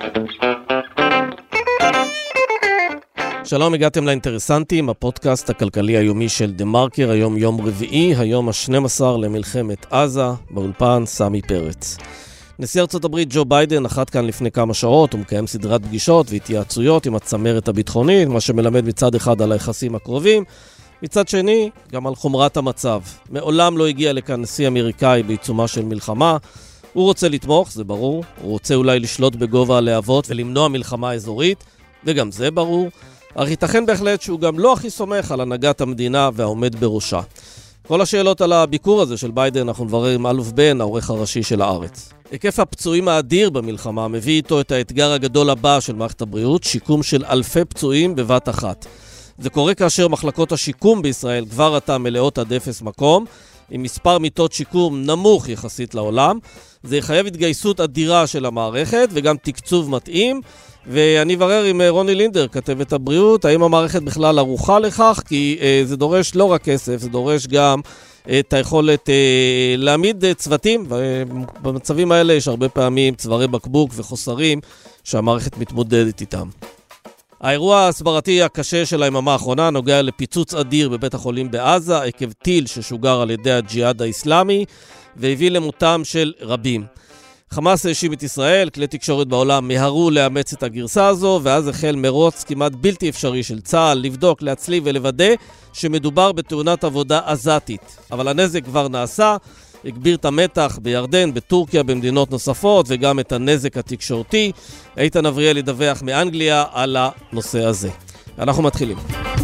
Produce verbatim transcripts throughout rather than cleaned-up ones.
שלום, הגעתם לאינטרסנטים, הפודקאסט הכלכלי היומי של דה מרקר, היום יום רביעי, היום ה-שנים עשר למלחמת עזה, באולפן סמי פרץ. נשיא ארצות הברית ג'ו ביידן נחת כאן לפני כמה שעות, הוא מקיים סדרת פגישות והתייעצויות עם הצמרת הביטחונית, מה שמלמד מצד אחד על היחסים הקרובים, מצד שני גם על חומרת המצב. מעולם לא הגיע לכאן נשיא אמריקאי בעיצומה של מלחמה, הוא רוצה לתמוך, זה ברור, הוא רוצה אולי לשלוט בגובה הלהבות ולמנוע מלחמה אזורית, וגם זה ברור, אך ייתכן בהחלט שהוא גם לא הכי סומך על הנהגת המדינה והעומד בראשה. כל השאלות על הביקור הזה של ביידן אנחנו נברר עם אלוף בן, העורך הראשי של הארץ. היקף הפצועים האדיר במלחמה מביא איתו את האתגר הגדול הבא של מערכת הבריאות, שיקום של אלפי פצועים בבת אחת. זה קורה כאשר מחלקות השיקום בישראל כבר עתה מלאות עד אפס מקום, עם מספר מיטות שיקום נמוך יחסית לעולם. זה יחייב התגייסות אדירה של המערכת וגם תקצוב מתאים, ואני אברר עם רוני לינדר, כתבת הבריאות, האם המערכת בכלל ערוכה לכך, כי אה, זה דורש לא רק כסף, זה דורש גם אה, את היכולת אה, להעמיד אה, צוותים, ובמצבים האלה יש הרבה פעמים צווארי בקבוק וחוסרים שהמערכת מתמודדת איתם. האירוע ההסברתי הקשה של היממה האחרונה נוגע לפיצוץ אדיר בבית החולים בעזה, עקב טיל ששוגר על ידי הג'יהאד האסלאמי, והביא למותם של רבים. חמאס האשים את ישראל, כלי תקשורת בעולם מהרו לאמץ את הגרסה הזו, ואז החל מרוץ כמעט בלתי אפשרי של צה"ל לבדוק, להצליב ולוודא שמדובר בתאונת עבודה עזתית. אבל הנזק כבר נעשה, הגביר את המתח בירדן, בטורקיה, במדינות נוספות, וגם את הנזק התקשורתי. איתן אבריאל ידווח מאנגליה על הנושא הזה. אנחנו מתחילים.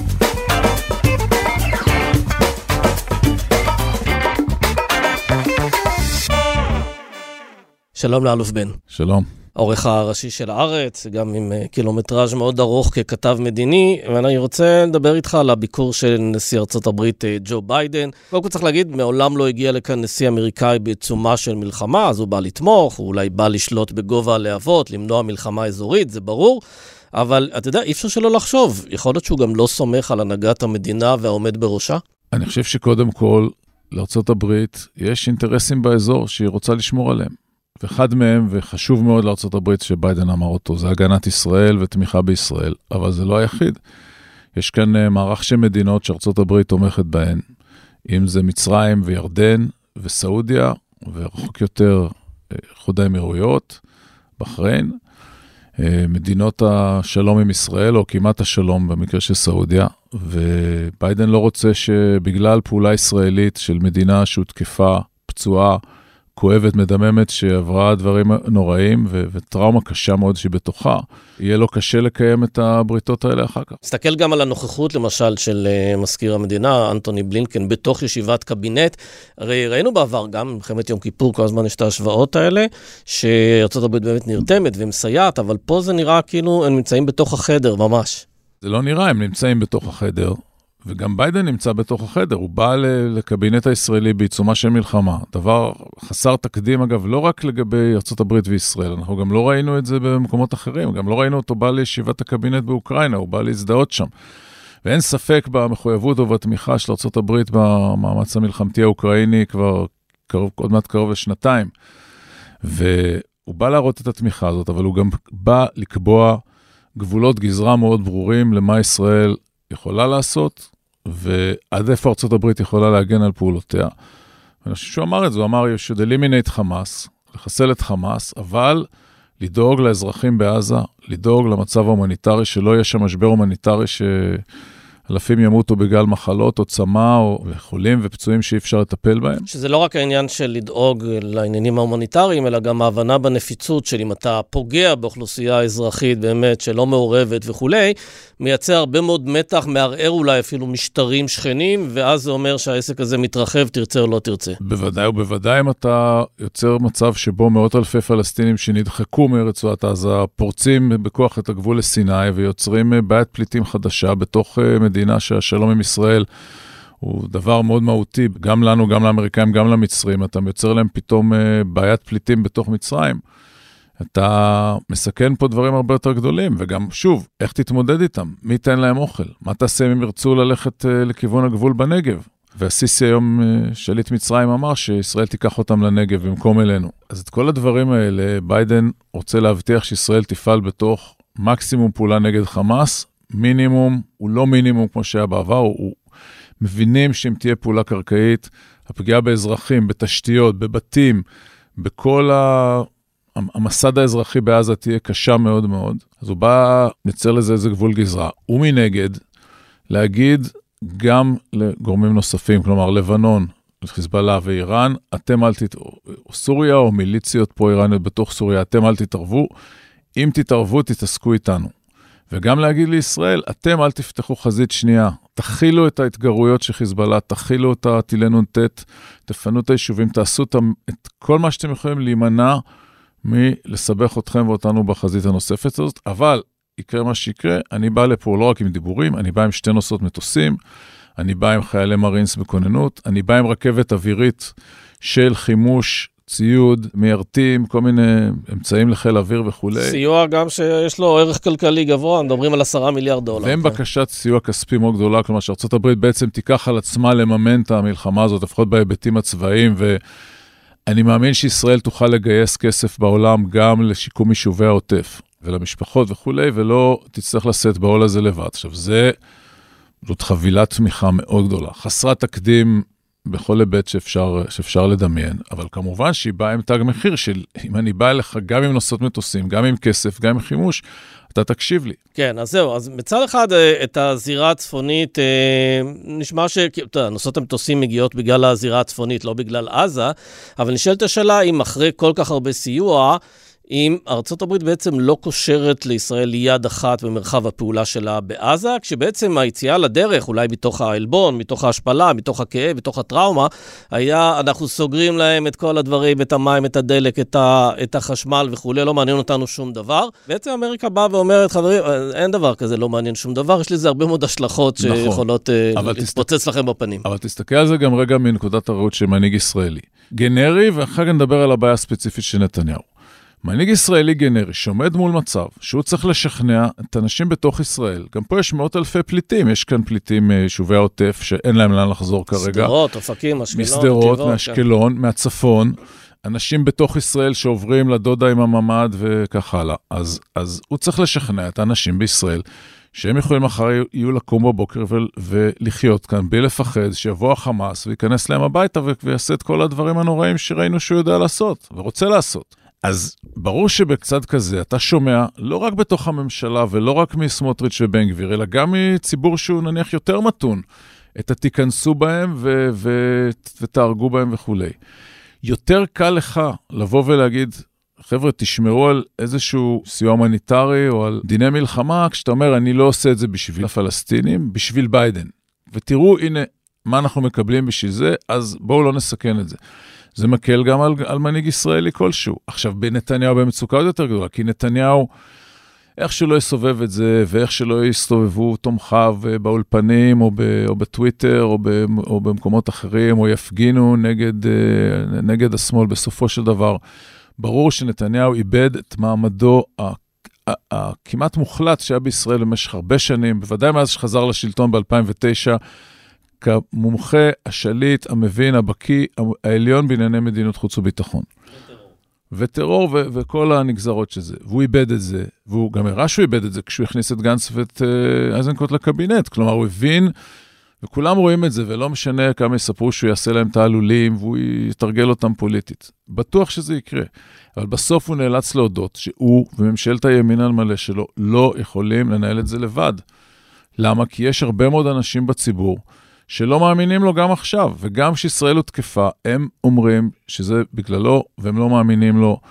שלום לאלוף בן. שלום. העורך הראשי של הארץ, גם עם קילומטראז' מאוד ארוך ככתב מדיני, ואני רוצה לדבר איתך על הביקור של נשיא ארצות הברית ג'ו ביידן. קודם כל צריך להגיד, מעולם לא הגיע לכאן נשיא אמריקאי בעיצומה של מלחמה, אז הוא בא לתמוך, הוא אולי בא לשלוט בגובה הלהבות, למנוע מלחמה אזורית, זה ברור, אבל אתה יודע, אי אפשר שלא לחשוב, יכול להיות שהוא גם לא סומך על הנהגת המדינה והעומד בראשה? אני חושב שקודם כל, לארצות הברית יש אינטרסים באזור שהיא רוצה לשמור עליהם. ואחד מהם, וחשוב מאוד לארצות הברית שביידן אמר אותו, זה הגנת ישראל ותמיכה בישראל, אבל זה לא היחיד. יש כאן מערך של מדינות שארצות הברית תומכת בהן, אם זה מצרים וירדן וסעודיה, ורחוק יותר איחוד האמירויות, בחריין, מדינות השלום עם ישראל, או כמעט השלום במקרה של סעודיה, וביידן לא רוצה שבגלל פעולה ישראלית של מדינה שהותקפה, פצועה, כואבת, מדממת, שעברה דברים נוראים ו- וטראומה קשה מאוד שהיא בתוכה, יהיה לו קשה לקיים את הבריתות האלה אחר כך. תסתכל גם על הנוכחות, למשל, של uh, מזכיר המדינה, אנטוני בלינקן, בתוך ישיבת קבינט. הרי ראינו בעבר, גם במלחמת יום כיפור, כל הזמן יש את ההשוואות האלה, שארצות הברית באמת נרתמת ומסייעת, אבל פה זה נראה כאילו הם נמצאים בתוך החדר, ממש. זה לא נראה, הם נמצאים בתוך החדר, וגם ביידן נמצא בתוך החדר, הוא בא לקבינט הישראלי בעיצומה של מלחמה, דבר חסר תקדים אגב, לא רק לגבי ארצות הברית וישראל, אנחנו גם לא ראינו את זה במקומות אחרים, גם לא ראינו אותו בא לישיבת הקבינט באוקראינה, הוא בא להזדהות שם, ואין ספק במחויבות ובתמיכה של ארצות הברית במאמץ המלחמתי האוקראיני כבר קרוב, עוד מעט קרוב לשנתיים, והוא בא להראות את התמיכה הזאת, אבל הוא גם בא לקבוע גבולות גזרה מאוד ברורים למה ישראל יכולה לעשות, ועד איפה ארצות הברית יכולה להגן על פעולותיה. ואני חושב שהוא אמר את זה, הוא אמר, you should eliminate חמאס, לחסל את חמאס, אבל לדאוג לאזרחים בעזה, לדאוג למצב ההומניטרי, שלא יהיה שם משבר הומניטרי שאלפים ימותו בגלל מחלות או צמא או חולים ופצועים שאי אפשר לטפל בהם. שזה לא רק העניין של לדאוג לעניינים ההומניטריים, אלא גם ההבנה בנפיצות של אם אתה פוגע באוכלוסייה אזרחית באמת שלא מעורבת וכולי, מייצר הרבה מאוד מתח, מערער אולי אפילו משטרים שכנים, ואז זה אומר שהעסק הזה מתרחב, תרצה או לא תרצה. בוודאי ובוודאי אם אתה יוצר מצב שבו מאות אלפי פלסטינים שנדחקו מרצועת עזה, פורצים בכוח את הגבול לסיני, ויוצרים בעיית פליטים חדשה בתוך מדינה שהשלום עם ישראל הוא דבר מאוד מהותי, גם לנו, גם לאמריקאים, גם למצרים, אתה יוצר להם פתאום בעיית פליטים בתוך מצרים. אתה מסכן פה דברים הרבה יותר גדולים, וגם שוב, איך תתמודד איתם? מי ייתן להם אוכל? מה תעשה אם הם ירצו ללכת לכיוון הגבול בנגב? והסיסי היום, שליט מצרים, אמר שישראל תיקח אותם לנגב במקום אלינו. אז את כל הדברים האלה, ביידן רוצה להבטיח שישראל תפעל בתוך מקסימום פעולה נגד חמאס, מינימום, הוא לא מינימום כמו שהיה בעבר, הוא מבינים שאם תהיה פעולה קרקעית, הפגיעה באזרחים, בתשתיות, בבתים, בכל ה... המסד האזרחי בעזה תהיה קשה מאוד מאוד, אז הוא בא לצייר לזה איזה גבול גזרה. ומנגד, להגיד גם לגורמים נוספים, כלומר לבנון, חיזבאללה ואיראן, אתם אל תתערבו, סוריה או מיליציות פה איראניות בתוך סוריה, אתם אל תתערבו, אם תתערבו תתעסקו איתנו. וגם להגיד לישראל, אתם אל תפתחו חזית שנייה, תכילו את ההתגרויות של חיזבאללה, תכילו את הטילי נ"ט, תפנו את היישובים, תעשו את כל מה שאתם יכולים להימנע מלסבך אתכם ואותנו בחזית הנוספת הזאת, אבל יקרה מה שיקרה, אני בא לפה לא רק עם דיבורים, אני בא עם שתי נוסעות מטוסים, אני בא עם חיילי מרינס בכוננות, אני בא עם רכבת אווירית של חימוש, ציוד, מיירטים, כל מיני אמצעים לחיל אוויר וכו'. סיוע גם שיש לו ערך כלכלי גבוה, מדברים על עשרה מיליארד דולר. והם בקשת סיוע כספי מאוד גדולה, כלומר שארצות הברית בעצם תיקח על עצמה לממן את המלחמה הזאת, לפחות בהיבטים הצבאיים, ואני מאמין שישראל תוכל לגייס כסף בעולם גם לשיקום יישובי העוטף, ולמשפחות וכו', ולא תצטרך לשאת בעול הזה לבד. עכשיו, זה, זאת חבילת תמיכה מאוד גדולה, חסרת תקדים בכל היבט שאפשר, שאפשר לדמיין, אבל כמובן שהיא באה עם תג מחיר של, אם אני בא אליך גם עם נוסעות מטוסים, גם עם כסף, גם עם חימוש, אתה תקשיב לי. כן, אז זהו, אז מצד אחד, את הזירה הצפונית, נשמע שנוסעות המטוסים מגיעות בגלל הזירה הצפונית, לא בגלל עזה, אבל נשאלת השאלה, אם אחרי כל כך הרבה סיוע, אם ארצות הברית בעצם לא קושרת לישראל יד אחת במרחב הפעולה שלה בעזה, כשבעצם היציאה לדרך, אולי מתוך העלבון, מתוך ההשפלה, מתוך הכאב, מתוך הטראומה, היה, אנחנו סוגרים להם את כל הדברים, את המים, את הדלק, את, ה, את החשמל וכו', לא מעניין אותנו שום דבר. בעצם אמריקה באה ואומרת, חברים, אין דבר כזה, לא מעניין שום דבר, יש לזה הרבה מאוד השלכות שיכולות נכון. להתפוצץ תסת... לכם בפנים. אבל תסתכל על זה גם רגע מנקודת הראות של מנהיג ישראלי. גנרי, ואחר כך נדבר על הבעיה הספציפית של נתניהו. מנהיג ישראלי גנרי שעומד מול מצב שהוא צריך לשכנע את אנשים בתוך ישראל. גם פה יש מאות אלפי פליטים, יש כאן פליטים מיישובי העוטף שאין להם לאן לחזור כרגע. סדרות, אופקים, אשקלון. מסדרות, מאשקלון, כן. מהצפון. אנשים בתוך ישראל שעוברים לדודה עם הממד וכך הלאה. אז, אז הוא צריך לשכנע את האנשים בישראל שהם יכולים מחר יהיו לקום בבוקר ו- ולחיות כאן בלי לפחד, שיבוא החמאס וייכנס להם הביתה ו- ויעשה את כל הדברים הנוראים שראינו שהוא יודע לעשות ורוצה לעשות. אז ברור שבקצת כזה אתה שומע לא רק בתוך הממשלה ולא רק מסמוטריץ' ובן גביר, אלא גם מציבור שהוא נניח יותר מתון, את התיכנסו בהם ו- ו- ותארגו בהם וכו'. יותר קל לך לבוא ולהגיד, חבר'ה, תשמרו על איזשהו סיוע הומניטרי או על דיני מלחמה, כשאתה אומר, אני לא עושה את זה בשביל הפלסטינים, בשביל ביידן. ותראו, הנה, מה אנחנו מקבלים בשביל זה, אז בואו לא נסכן את זה. זה מקל גם על, על מנהיג ישראלי כלשהו. עכשיו, בנתניהו במצוקה עוד יותר גדולה, כי נתניהו, איך שלא יסובב את זה, ואיך שלא יסתובבו תומכיו באולפנים, או, ב, או בטוויטר, או, ב, או במקומות אחרים, או יפגינו נגד, נגד השמאל, בסופו של דבר, ברור שנתניהו איבד את מעמדו הכמעט מוחלט שהיה בישראל במשך הרבה שנים, בוודאי מאז שחזר לשלטון ב-אלפיים ותשע, כמומחה, השליט, המבין, הבקי, העליון בענייני מדיניות חוץ וביטחון. וטרור ו- וכל הנגזרות של זה. והוא איבד את זה, והוא גם הראה שהוא איבד את זה כשהוא הכניס את גנץ ואת uh, איזנקוט לקבינט. כלומר, הוא הבין, וכולם רואים את זה, ולא משנה כמה יספרו שהוא יעשה להם תעלולים, והוא יתרגל אותם פוליטית. בטוח שזה יקרה. אבל בסוף הוא נאלץ להודות שהוא וממשלת הימין על מלא שלו לא יכולים לנהל את זה לבד. למה? כי יש הרבה מאוד אנשים בציבור שלא מאמינים לו גם עכשיו, וגם כשישראל הוא תקפה, הם אומרים שזה בגללו, והם לא מאמינים לו,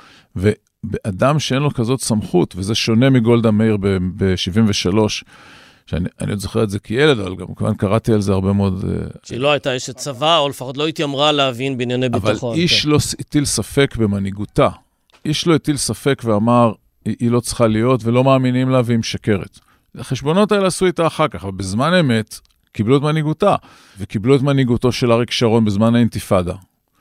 ובאדם שאין לו כזאת סמכות, וזה שונה מגולדה מאיר ב-שבעים ושלוש, שאני אני עוד זוכר את זה כילד, אבל גם כמובן קראתי על זה הרבה מאוד... שהיא לא הייתה אשת צבא, או לפחות לא התיימרה להבין בענייני ביטחון. אבל איש כן. לא הטיל ספק במנהיגותה. איש לא הטיל ספק ואמר, היא, היא לא צריכה להיות, ולא מאמינים לה והיא משקרת. החשבונות האלה עשו איתה אחר כך, אבל בזמן אמת, קיבלו את מנהיגותה, וקיבלו את מנהיגותו של אריק שרון בזמן האינתיפאדה.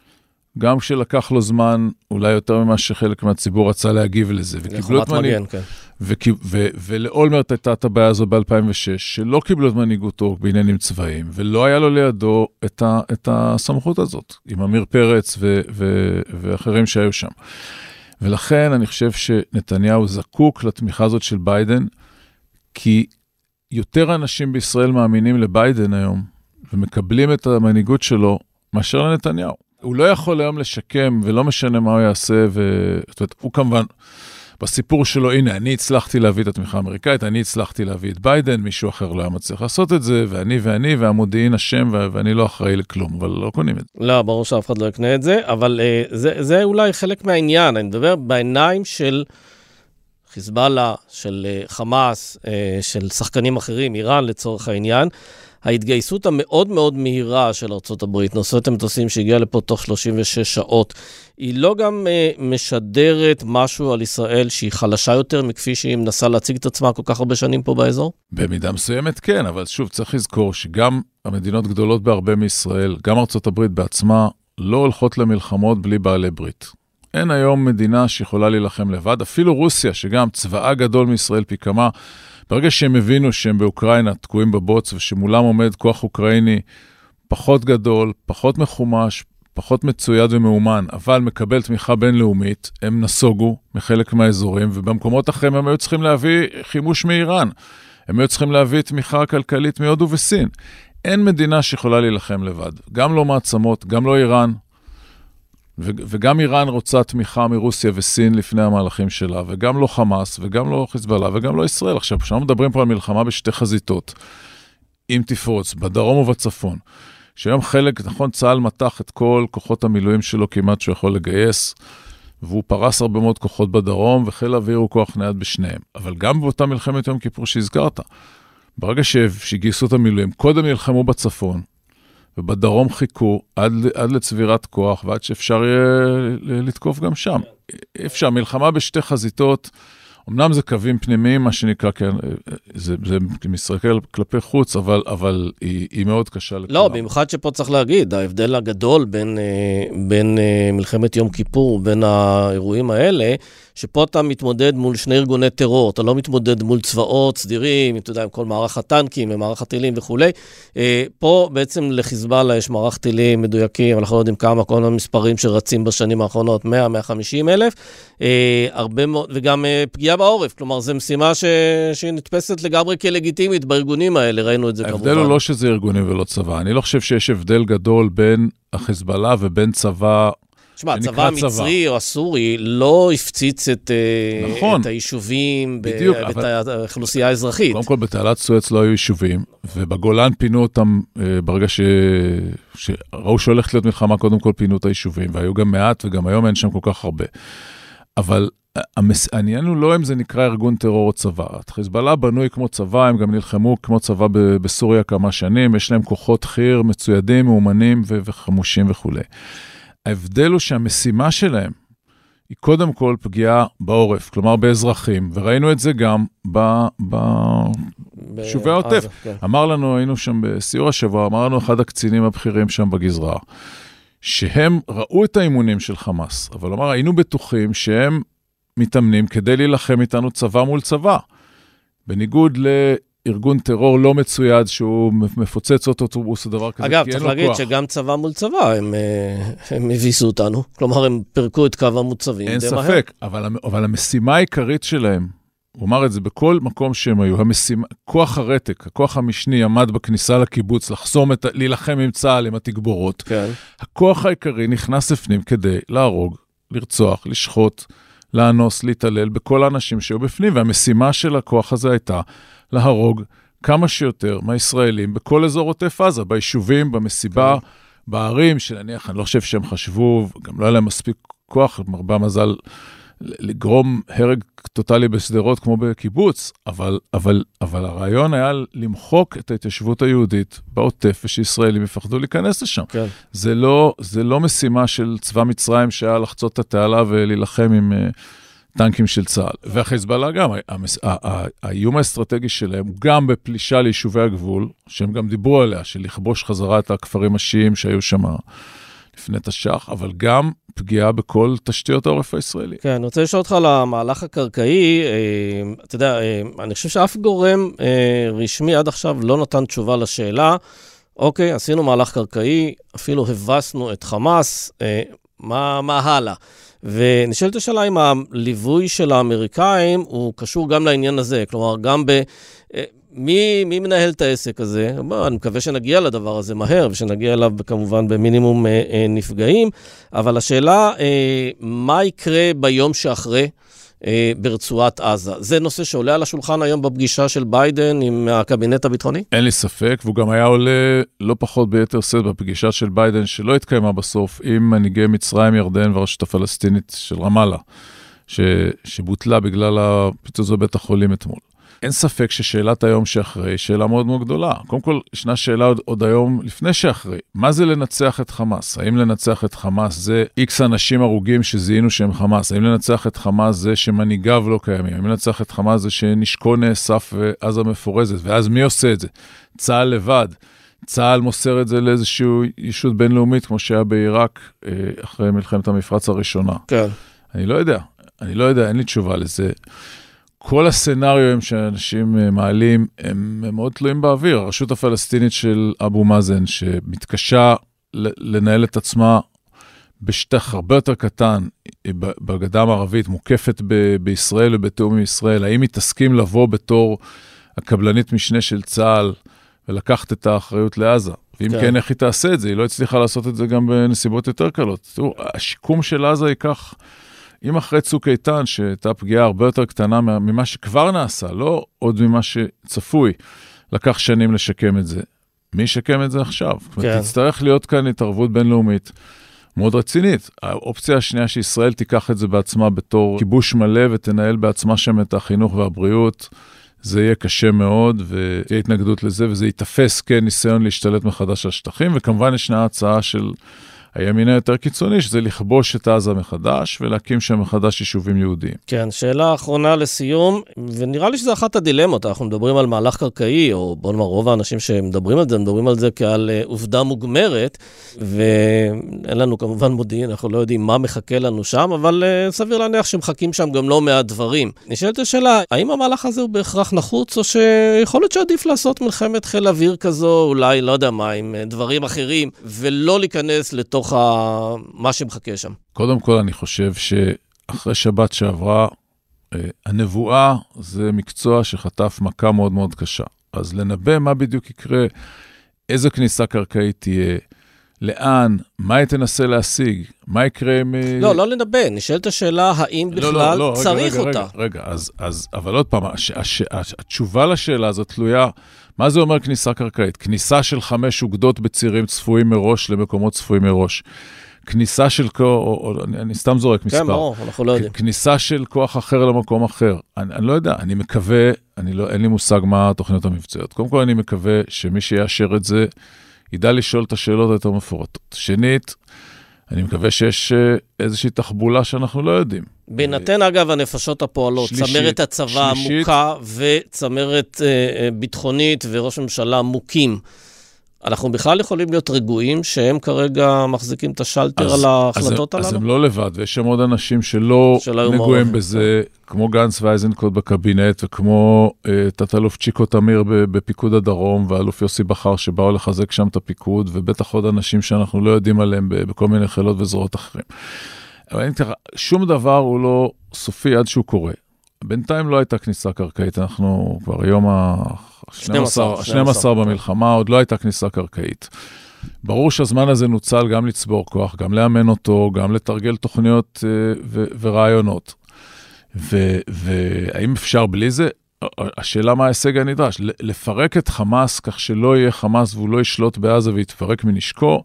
גם כשלקח לו זמן, אולי יותר ממה שחלק מהציבור רצה להגיב לזה, וקיבלו את, מנהיג... מגן, כן. ולאולמרט הייתה את הבעיה הזו ב-אלפיים ושש, שלא קיבלו את מנהיגותו בעניינים צבאיים, ולא היה לו לידו את, ה, את הסמכות הזאת, עם אמיר פרץ ו, ו, ואחרים שהיו שם. ולכן אני חושב שנתניהו זקוק לתמיכה הזאת של ביידן, כי יותר אנשים בישראל מאמינים לביידן היום, ומקבלים את המנהיגות שלו, מאשר לנתניהו. הוא לא יכול היום לשקם, ולא משנה מה הוא יעשה, והוא כמובן, בסיפור שלו, הנה, אני הצלחתי להביא את התמיכה האמריקאית, אני הצלחתי להביא את ביידן, מישהו אחר לא היה מצליח לעשות את זה, ואני ואני, והמודיעין השם, ואני לא אחראי לכלום, אבל לא קונים את זה. לא, ברור שאף אחד לא יקנה את זה, אבל uh, זה, זה אולי חלק מהעניין, אני מדבר בעיניים של חיזבאללה, של uh, חמאס, uh, של שחקנים אחרים, איראן לצורך העניין, ההתגייסות המאוד מאוד מהירה של ארצות הברית, נושאת המטוסים שהגיעה לפה תוך שלושים ושש שעות, היא לא גם uh, משדרת משהו על ישראל שהיא חלשה יותר מכפי שהיא מנסה להציג את עצמה כל כך הרבה שנים פה באזור? במידה מסוימת כן, אבל שוב צריך לזכור שגם המדינות גדולות בהרבה מישראל, גם ארצות הברית בעצמה, לא הולכות למלחמות בלי בעלי ברית. אין היום מדינה שיכולה להילחם לבד, אפילו רוסיה, שגם צבאה גדול מישראל פי כמה, ברגע שהם הבינו שהם באוקראינה תקועים בבוץ, ושמולם עומד כוח אוקראיני פחות גדול, פחות מחומש, פחות מצויד ומאומן, אבל מקבל תמיכה בינלאומית, הם נסוגו מחלק מהאזורים, ובמקומות אחרים הם היו צריכים להביא חימוש מאיראן, הם היו צריכים להביא תמיכה כלכלית מהודו וסין. אין מדינה שיכולה להילחם לבד, גם לא מעצמות, גם לא איראן, וגם איראן רוצה תמיכה מרוסיה וסין לפני המהלכים שלה, וגם לא חמאס, וגם לא חיזבאללה, וגם לא ישראל. עכשיו, כשאנחנו מדברים פה על מלחמה בשתי חזיתות, אם תפרוץ, בדרום ובצפון, שהיום חלק, נכון, צה"ל מתח את כל כוחות המילואים שלו כמעט שהוא יכול לגייס, והוא פרס הרבה מאוד כוחות בדרום, וחיל האוויר הוא כוח נייד בשניהם. אבל גם באותה מלחמת יום כיפור שהזכרת, ברגע שגייסו את המילואים, קודם נלחמו בצפון, ובדרום חיכו עד, עד לצבירת כוח, ועד שאפשר יהיה לתקוף גם שם. אפשר, מלחמה בשתי חזיתות, אמנם זה קווים פנימיים, מה שנקרא, זה, זה מסתכל כלפי חוץ, אבל, אבל היא, היא מאוד קשה לכולם. לא, במיוחד שפה צריך להגיד, ההבדל הגדול בין, בין מלחמת יום כיפור ובין האירועים האלה, שפה אתה מתמודד מול שני ארגוני טרור, אתה לא מתמודד מול צבאות, סדירים, אתה יודע, עם כל מערך הטנקים, מערך הטילים וכו'. פה בעצם לחיזבאללה יש מערך טילים מדויקים, אנחנו לא יודעים כמה, כל המספרים שרצים בשנים האחרונות, מאה עד מאה וחמישים אלף, הרבה מאוד, וגם פגיעה בעורף, כלומר, זו משימה ש... שהיא נתפסת לגמרי כלגיטימית בארגונים האלה, ראינו את זה כמובן. ההבדל הוא לא שזה ארגונים ולא צבא, אני לא חושב שיש הבדל גדול בין החיזבאללה ובין צבא, תשמע, הצבא המצרי או הסורי לא הפציץ את, נכון, את היישובים בדיוק, ואת אבל... האוכלוסייה האזרחית. קודם כל, בתעלת סואץ לא היו יישובים, ובגולן פינו אותם ברגע ש... שראו שהולכת להיות מלחמה, קודם כל פינו את היישובים, והיו גם מעט וגם היום אין שם כל כך הרבה. אבל העניין הוא לא אם זה נקרא ארגון טרור או צבא. חיזבאללה בנוי כמו צבא, הם גם נלחמו כמו צבא בסוריה כמה שנים, יש להם כוחות חי"ר, מצוידים, מאומנים וחמושים וכו'. ההבדל הוא שהמשימה שלהם היא קודם כל פגיעה בעורף, כלומר באזרחים, וראינו את זה גם בשובי העוטף. כן. אמר לנו, היינו שם בסיור השבוע, אמר לנו אחד הקצינים הבכירים שם בגזרה, שהם ראו את האימונים של חמאס, אבל אמר, היינו בטוחים שהם מתאמנים כדי להילחם איתנו צבא מול צבא. בניגוד לארגון טרור לא מצויד שהוא מפוצץ אוטובוס או דבר כזה, אגב, צריך להגיד שגם צבא מול צבא הם, הם הביסו אותנו, כלומר הם פרקו את קו המוצבים. אין ספק, אבל, אבל המשימה העיקרית שלהם, הוא אמר את זה בכל מקום שהם היו, המשימה, כוח הרתק, הכוח המשני עמד בכניסה לקיבוץ, לחסום את, להילחם עם צה"ל, עם התגבורות. כן. הכוח העיקרי נכנס לפנים כדי להרוג, לרצוח, לשחוט, לאנוס, להתעלל בכל האנשים שהיו בפנים, והמשימה של הכוח הזה הייתה להרוג כמה שיותר מהישראלים בכל אזור עוטף עזה, ביישובים, במסיבה, כן. בערים, שנניח, אני לא חושב שהם חשבו, גם לא היה להם מספיק כוח, מרבה מזל, לגרום הרג טוטלי בסדרות כמו בקיבוץ, אבל, אבל, אבל הרעיון היה למחוק את ההתיישבות היהודית בעוטף, ושישראלים יפחדו להיכנס לשם. כן. זה לא, זה לא משימה של צבא מצרים שהיה לחצות את התעלה ולהילחם עם uh, טנקים של צה"ל. והחיזבאללה גם, המס, האיום האסטרטגי שלהם הוא גם בפלישה ליישובי הגבול, שהם גם דיברו עליה, של לכבוש חזרה את הכפרים השיעים שהיו שם לפני תש"ח, אבל גם פגיעה בכל תשתיות העורף הישראלי. כן, אני רוצה לשאול אותך על המהלך הקרקעי. אתה יודע, אני חושב שאף גורם רשמי עד עכשיו לא נתן תשובה לשאלה, אוקיי, עשינו מהלך קרקעי, אפילו הבסנו את חמאס, מה, מה הלאה? ונשאלת השאלה אם הליווי של האמריקאים הוא קשור גם לעניין הזה, כלומר, גם ב... מי, מי מנהל את העסק הזה? בוא, אני מקווה שנגיע לדבר הזה מהר, ושנגיע אליו כמובן במינימום אה, אה, נפגעים, אבל השאלה, אה, מה יקרה ביום שאחרי אה, ברצועת עזה? זה נושא שעולה על השולחן היום בפגישה של ביידן עם הקבינט הביטחוני? אין לי ספק, והוא גם היה עולה לא פחות ביתר שאת בפגישה של ביידן, שלא התקיימה בסוף עם מנהיגי מצרים, ירדן והרשות הפלסטינית של רמאללה, ש, שבוטלה בגלל הפיצוץ בבית החולים אתמול. אין ספק ששאלת היום שאחרי היא שאלה מאוד מאוד גדולה. קודם כל, ישנה שאלה עוד, עוד היום לפני שאחרי. מה זה לנצח את חמאס? האם לנצח את חמאס זה איקס אנשים הרוגים שזיהינו שהם חמאס? האם לנצח את חמאס זה שמנהיגיו לא קיימים? האם לנצח את חמאס זה שנשקו נאסף ועזה מפורזת? ואז מי עושה את זה? צה"ל לבד. צה"ל מוסר את זה לאיזשהו ישות בינלאומית, כמו שהיה בעיראק אחרי מלחמת המפרץ הראשונה. כן. אני לא יודע. אני לא יודע, אין לי תשובה לזה. כל הסצנריואים שאנשים מעלים הם מאוד תלויים באוויר. הרשות הפלסטינית של אבו מאזן, שמתקשה לנהל את עצמה בשטח הרבה יותר קטן, בגדה המערבית, מוקפת ב- בישראל ובתיאום עם ישראל, האם היא תסכים לבוא בתור הקבלנית משנה של צה"ל, ולקחת את האחריות לעזה? ואם כן. כן, איך היא תעשה את זה? היא לא הצליחה לעשות את זה גם בנסיבות יותר קלות. תראו, השיקום של עזה ייקח... אם אחרי צוק איתן, שהייתה פגיעה הרבה יותר קטנה ממה שכבר נעשה, לא עוד ממה שצפוי, לקח שנים לשקם את זה. מי ישקם את זה עכשיו? כן. תצטרך להיות כאן התערבות בינלאומית מאוד רצינית. האופציה השנייה שישראל תיקח את זה בעצמה בתור כיבוש מלא, ותנהל בעצמה שם את החינוך והבריאות, זה יהיה קשה מאוד, ותהיה התנגדות לזה, וזה יתפס כניסיון להשתלט מחדש על שטחים, וכמובן ישנה הצעה של... הימין היותר קיצוני, שזה לכבוש את עזה מחדש, ולהקים שם מחדש יישובים יהודיים. כן, שאלה אחרונה לסיום, ונראה לי שזה אחת הדילמות, אנחנו מדברים על מהלך קרקעי, או בוא נאמר, רוב האנשים שמדברים על זה, מדברים על זה כעל עובדה מוגמרת, ואין לנו כמובן מודיעין, אנחנו לא יודעים מה מחכה לנו שם, אבל סביר להניח שמחכים שם גם לא מעט דברים. נשאלת השאלה, האם המהלך הזה הוא בהכרח נחוץ, או שיכול להיות שעדיף לעשות מלחמת חיל אוויר כזו, אולי, לא יודע מה, עם דברים אחרים, ולא להיכנס לתוך מה שמחכה שם. קודם כל אני חושב שאחרי שבת שעברה, הנבואה זה מקצוע שחטף מכה מאוד מאוד קשה. אז לנבא מה בדיוק יקרה, איזו כניסה קרקעית תהיה, לאן, מה היא תנסה להשיג, מה יקרה עם... לא, לא לנבא, נשאלת השאלה האם בכלל לא, לא, לא, צריך רגע, אותה. רגע, רגע, אז, אז, אבל עוד פעם, הש, הש, הש, התשובה לשאלה הזאת תלויה, מה זה אומר כניסה קרקעית? כניסה של חמש אוגדות בצירים צפויים מראש למקומות צפויים מראש. כניסה של, או, או, או, אני, אני סתם זורק מספר. כן, ברור, אנחנו לא יודעים. כניסה של כוח אחר למקום אחר. אני, אני לא יודע, אני מקווה, אני לא, אין לי מושג מה התוכניות המבצעיות. קודם כל אני מקווה שמי שיאשר את זה, ידע לשאול את השאלות היותר מפורטות. שנית, אני מקווה שיש איזושהי תחבולה שאנחנו לא יודעים. בהינתן אגב הנפשות הפועלות, שלישית, צמרת הצבא עמוקה וצמרת אה, ביטחונית וראש ממשלה עמוקים. אנחנו בכלל יכולים להיות רגועים שהם כרגע מחזיקים את השלטר אז, על ההחלטות אז הללו? אז הם לא לבד, ויש שם עוד אנשים שלא נגועים בזה, כמו גנץ ואיזנקוט בקבינט, וכמו אה, תת-אלוף צ'יקו תמיר בפיקוד הדרום, ואלוף יוסי בחר שבאו לחזק שם את הפיקוד, ובטח עוד אנשים שאנחנו לא יודעים עליהם בכל מיני חילות וזרועות אחרים. אבל אני תראה, שום דבר הוא לא סופי עד שהוא קורה. בינתיים לא הייתה כניסה קרקעית, אנחנו כבר היום ה-שנים עשר במלחמה, עוד לא הייתה כניסה קרקעית. ברור שהזמן הזה נוצל גם לצבור כוח, גם לאמן אותו, גם לתרגל תוכניות ו- ורעיונות. ו- והאם אפשר בלי זה? השאלה מה ההישג הנדרש. לפרק את חמאס כך שלא יהיה חמאס והוא לא ישלוט בעזה ויתפרק מנשקו,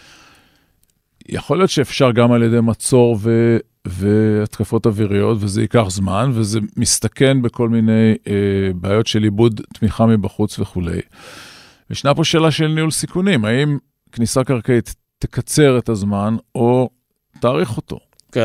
יכול להיות שאפשר גם על ידי מצור ו... והתקפות אוויריות, וזה ייקח זמן, וזה מסתכן בכל מיני אה, בעיות של איבוד תמיכה מבחוץ וכו'. ישנה פה שאלה של ניהול סיכונים, האם כניסה קרקעית תקצר את הזמן, או תאריך אותו? כן.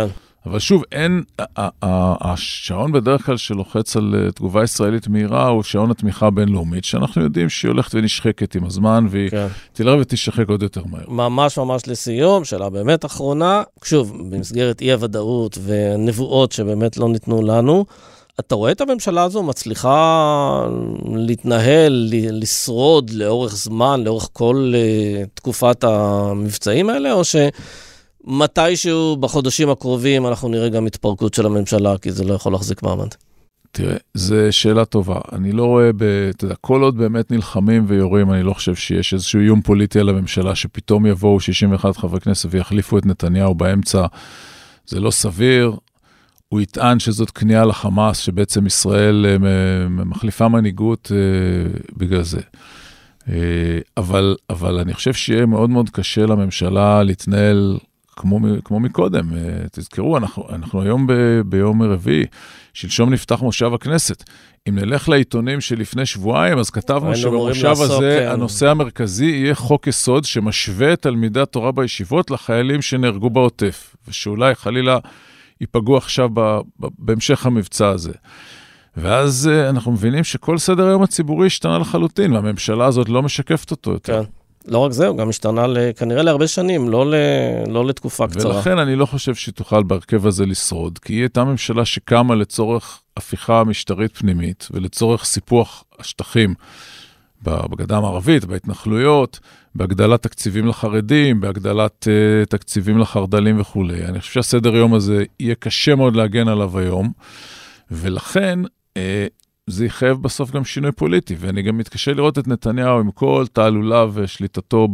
אבל שוב, אין, השעון בדרך כלל שלוחץ על תגובה ישראלית מהירה, הוא שעון התמיכה הבינלאומית, שאנחנו יודעים שהיא הולכת ונשחקת עם הזמן, והיא כן. תלך ותשחק עוד יותר מהר. ממש ממש לסיום, שאלה באמת אחרונה, שוב, במסגרת אי הוודאות ונבואות שבאמת לא ניתנו לנו, אתה רואה את הממשלה הזו מצליחה להתנהל, לשרוד לאורך זמן, לאורך כל uh, תקופת המבצעים האלה, או שמתישהו בחודשים הקרובים אנחנו נראה גם התפרקות של הממשלה, כי זה לא יכול להחזיק מעמד? תראה, זו שאלה טובה. אני לא רואה, ב, אתה יודע, כל עוד באמת נלחמים ויורים, אני לא חושב שיש איזשהו איום פוליטי על הממשלה, שפתאום יבואו שישים ואחד חברי כנסת ויחליפו את נתניהו באמצע. זה לא סביר. הוא יטען שזאת כניעה לחמאס, שבעצם ישראל מחליפה מנהיגות בגלל זה. אבל, אבל אני חושב שיהיה מאוד מאוד קשה לממשלה להתנהל כמו, כמו מקודם. תזכרו, אנחנו, אנחנו היום ב, ביום רביעי, שלשום נפתח מושב הכנסת. אם נלך לעיתונים שלפני שבועיים, אז כתבנו שבמושב הזה, כן. הנושא המרכזי יהיה חוק יסוד שמשווה את תלמידי התורה בישיבות לחיילים שנהרגו בעוטף, ושאולי חלילה ייפגעו עכשיו ב, ב, בהמשך המבצע הזה. ואז uh, אנחנו מבינים שכל סדר היום הציבורי השתנה לחלוטין, והממשלה הזאת לא משקפת אותו יותר. כן. לא רק זה, הוא גם השתנה כנראה להרבה שנים, לא, ל, לא לתקופה קצרה. ולכן אני לא חושב שתוכל בהרכב הזה לשרוד, כי היא הייתה ממשלה שקמה לצורך הפיכה משטרית פנימית, ולצורך סיפוח השטחים בגדה המערבית, בהתנחלויות, בהגדלת תקציבים לחרדים, בהגדלת uh, תקציבים לחרדלים וכו'. אני חושב שהסדר יום הזה יהיה קשה מאוד להגן עליו היום, ולכן uh, זה יחייב בסוף גם שינוי פוליטי, ואני גם מתקשה לראות את נתניהו עם כל תעלוליו ושליטתו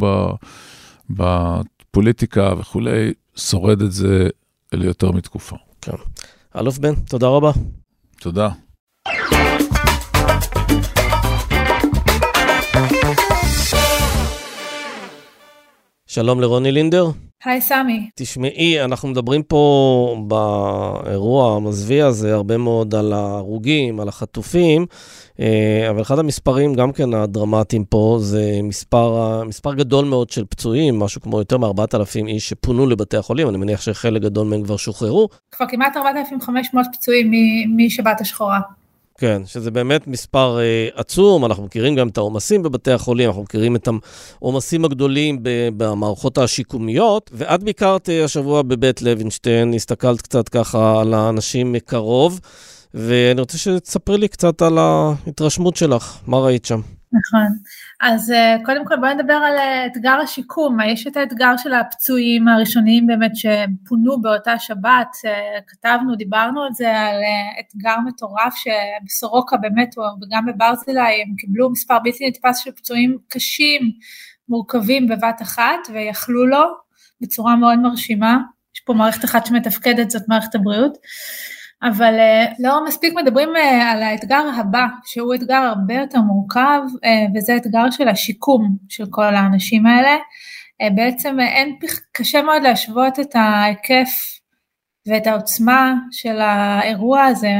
בפוליטיקה וכו', שורד את זה ליותר מתקופה. כן. אלוף בן, תודה רבה. תודה. שלום לרוני לינדר. היי סמי. תשמעי, אנחנו מדברים פה באירוע המזוויע הזה הרבה מאוד על ההרוגים, על החטופים, אבל אחד המספרים גם כן הדרמטיים פה זה מספר, מספר גדול מאוד של פצועים, משהו כמו יותר מ-ארבעת אלפים איש שפונו לבתי החולים, אני מניח שחלק גדול מהם כבר שוחררו. כבר כמעט ארבעת אלפים וחמש מאות פצועים משבת השחורה. כן, שזה באמת מספר אה, עצום, אנחנו מכירים גם את העומסים בבתי החולים, אנחנו מכירים את העומסים הגדולים במערכות השיקומיות, ואת ביקרת אה, השבוע בבית לוינשטיין, הסתכלת קצת ככה על האנשים מקרוב, ואני רוצה שתספרי לי קצת על ההתרשמות שלך, מה ראית שם? נכון, אז קודם כל בואו נדבר על אתגר השיקום, יש את האתגר של הפצועים הראשוניים באמת שפונו באותה שבת, כתבנו, דיברנו על זה, על אתגר מטורף שבסורוקה באמת, וגם בברזילי, הם קיבלו מספר בלתי נתפס של פצועים קשים, מורכבים בבת אחת, ויכלו לו בצורה מאוד מרשימה, יש פה מערכת אחת שמתפקדת, זאת מערכת הבריאות, אבל לא מספיק מדברים על האתגר הבא, שהוא אתגר הרבה יותר מורכב, וזה אתגר של השיקום של כל האנשים האלה. בעצם אין, קשה מאוד להשוות את ההיקף ואת העוצמה של האירוע הזה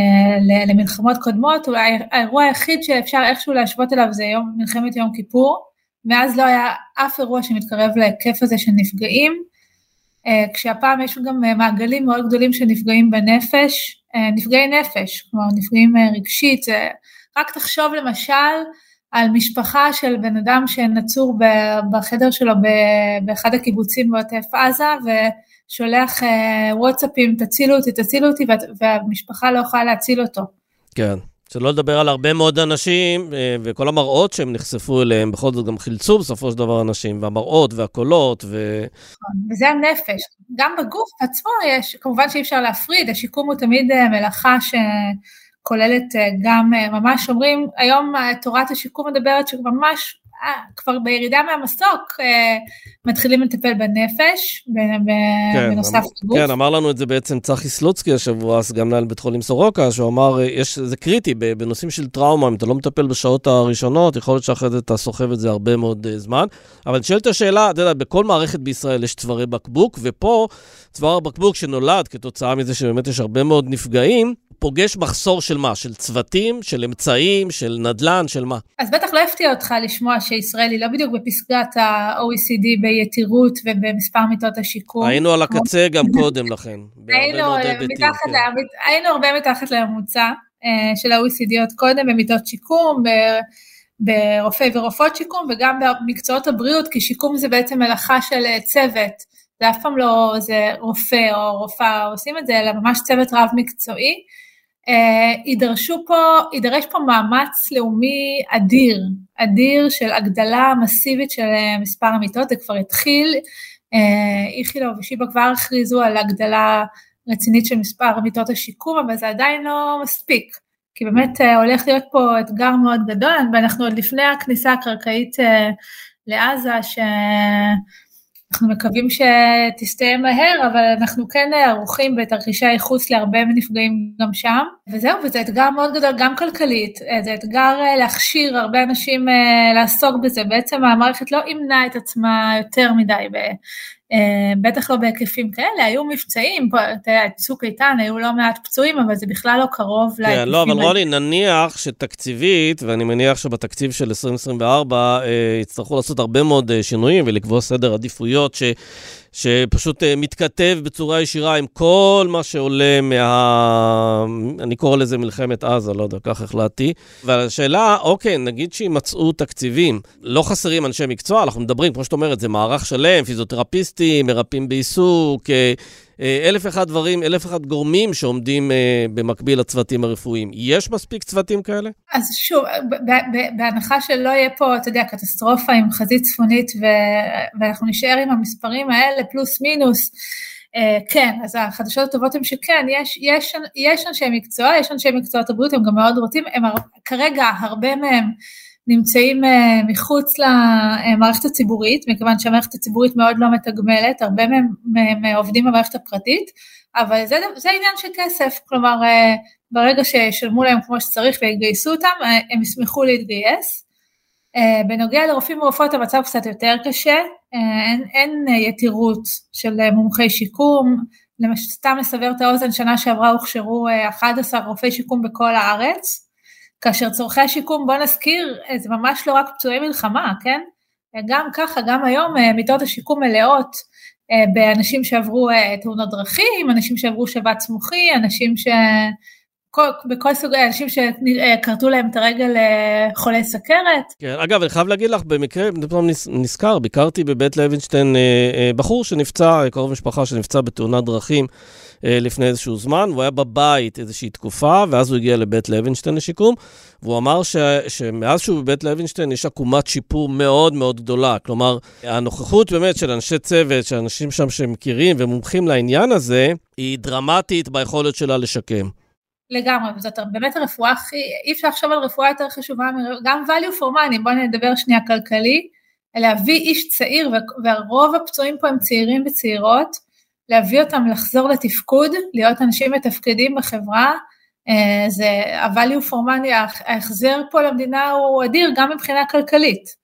למלחמות קודמות, אולי האירוע היחיד שאפשר איכשהו להשוות אליו זה יום, מלחמת יום כיפור, מאז לא היה אף אירוע שמתקרב להיקף הזה של נפגעים, כשהפעם יש גם מעגלים מאוד גדולים שנפגעים בנפש, נפגעי נפש, כלומר נפגעים רגשית, רק תחשוב למשל על משפחה של בן אדם שנצור בחדר שלו באחד הקיבוצים בעוטף עזה, ושולח וואטסאפים, תצילו אותי, תצילו אותי, והמשפחה לא יכולה להציל אותו. כן. שלא לדבר על הרבה מאוד אנשים, וכל המראות שהם נחשפו אליהם, בכל זאת גם חילצו בסופו של דבר אנשים, והמראות והקולות. ו... וזה הנפש. גם בגוף עצמו יש, כמובן שאי אפשר להפריד, השיקום הוא תמיד מלאכה שכוללת גם, ממש אומרים, היום תורת השיקום מדברת שממש, כבר בירידה מהמסוק, מתחילים לטפל בנפש, בנוסף לגוף. כן, אמר לנו את זה בעצם צחי סלוצקי השבוע, גם מנהל בית חולים סורוקה, שהוא אמר, זה קריטי, בנושאים של טראומה, אם אתה לא מטפל בשעות הראשונות, יכול להיות שאחרי זה אתה סוחב את זה הרבה מאוד זמן, אבל נשאלת השאלה, אתה יודע, בכל מערכת בישראל יש צווארי בקבוק, ופה צוואר הבקבוק שנולד כתוצאה מזה שבאמת יש הרבה מאוד נפגעים, פוגש מחסור של מה? של צוותים, של אמצעים, של נדל"ן, של מה? אז בטח לא הפתיע אותך לשמוע שישראל היא לא בדיוק בפסגת ה-או אי סי די ביתירות ובמספר מיטות השיקום. היינו על הקצה גם קודם לכן. היינו הרבה מתחת לממוצע של ה-או אי סי די עוד קודם בממיטות שיקום, ברופאי ורופאות שיקום, וגם במקצועות הבריאות, כי שיקום זה בעצם מלאכה של צוות, זה אף פעם לא זה רופא או רופאה עושים את זה, אלא ממש צוות רב מקצועי. יידרשו פה, יידרש פה מאמץ לאומי אדיר, אדיר של הגדלה מסיבית של מספר המיטות, זה כבר התחיל, איכילוב ושיבא כבר הכריזו על הגדלה רצינית של מספר מיטות השיקום, אבל זה עדיין לא מספיק. כי באמת הולך להיות פה אתגר מאוד גדול, ואנחנו עוד לפני הכניסה הקרקעית לעזה, שאנחנו מקווים שתסתיים מהר, אבל אנחנו כן ערוכים בתרחישי הייחוס להרבה מנפגעים גם שם, וזהו, וזה אתגר מאוד גדול, גם כלכלית, זה אתגר להכשיר הרבה אנשים לעסוק בזה, בעצם המערכת לא ימנע את עצמה יותר מדי ב... בטח לא בהיקפים כאלה, היו מבצעים, צוק איתן, היו לא מעט פצועים, אבל זה בכלל לא קרוב להיקפים. לא, אבל רוני, נניח שתקציבית, ואני מניח שבתקציב של עשרים עשרים וארבע, יצטרכו לעשות הרבה מאוד שינויים, ולקבוע סדר עדיפויות ש... שפשוט מתכתב בצורה ישירה עם כל מה שעולה מה... אני קורא לזה מלחמת עזה, לא יודע, כך החלטתי. והשאלה, אוקיי, נגיד שימצאו תקציבים, לא חסרים אנשי מקצוע, אנחנו מדברים, כמו שאת אומרת, זה מערך שלם, פיזיותרפיסטים, מרפאים בעיסוק, אלף אחד דברים, אלף אחד גורמים שעומדים במקביל לצוותים הרפואיים. יש מספיק צוותים כאלה? אז שוב, בהנחה שלא יהיה פה, אתה יודע, קטסטרופה עם חזית צפונית, ואנחנו נשאר עם המספרים האלה, פלוס מינוס, כן, אז החדשות הטובות הן שכן, יש, יש, יש אנשי מקצוע, יש אנשי מקצועות הבריאות, הם גם מאוד רוצים, הם כרגע הרבה מהם נמצאים מחוץ למערכת הציבורית, מכיוון שהמערכת הציבורית מאוד לא מתגמלת, הרבה מהם, מהם עובדים במערכת הפרטית, אבל זה, זה עניין של כסף, כלומר, ברגע שישלמו להם כמו שצריך ויגייסו אותם, הם ישמחו להתגייס. בנוגע לרופאים ורופאות המצב קצת יותר קשה, אין, אין יתירות של מומחי שיקום, סתם לסבר את האוזן, שנה שעברה הוכשרו אחד עשר רופאי שיקום בכל הארץ, כאשר צורכי השיקום, בוא נזכיר, זה ממש לא רק פצועי מלחמה, כן? גם ככה, גם היום מיטות השיקום מלאות באנשים שעברו תאונות דרכים, אנשים שעברו שבץ מוחי, אנשים ש... בכל סוגי, אנשים שקרתו להם את הרגל חולי סכרת. כן, אגב, אני חייב להגיד לך, במקרה, נזכר, ביקרתי בבית לוינשטיין בחור שנפצע, קרוב משפחה שנפצע בתאונת דרכים לפני איזשהו זמן, והוא היה בבית איזושהי תקופה, ואז הוא הגיע לבית לוינשטיין לשיקום, והוא אמר ש, שמאז שהוא בבית לוינשטיין יש עקומת שיפור מאוד מאוד גדולה, כלומר, הנוכחות באמת של אנשי צוות, של אנשים שם שמכירים ומומחים לעניין הזה, היא דרמטית ביכולת שלה לשקם. לגמרי, וזאת באמת הרפואה הכי, אי אפשר לחשוב על רפואה יותר חשובה, גם value for money, בואו נדבר שנייה כלכלי, להביא איש צעיר, והרוב הפצועים פה הם צעירים וצעירות, להביא אותם לחזור לתפקוד, להיות אנשים מתפקדים בחברה, זה ה-value for money, ההחזר פה למדינה הוא אדיר, גם מבחינה כלכלית.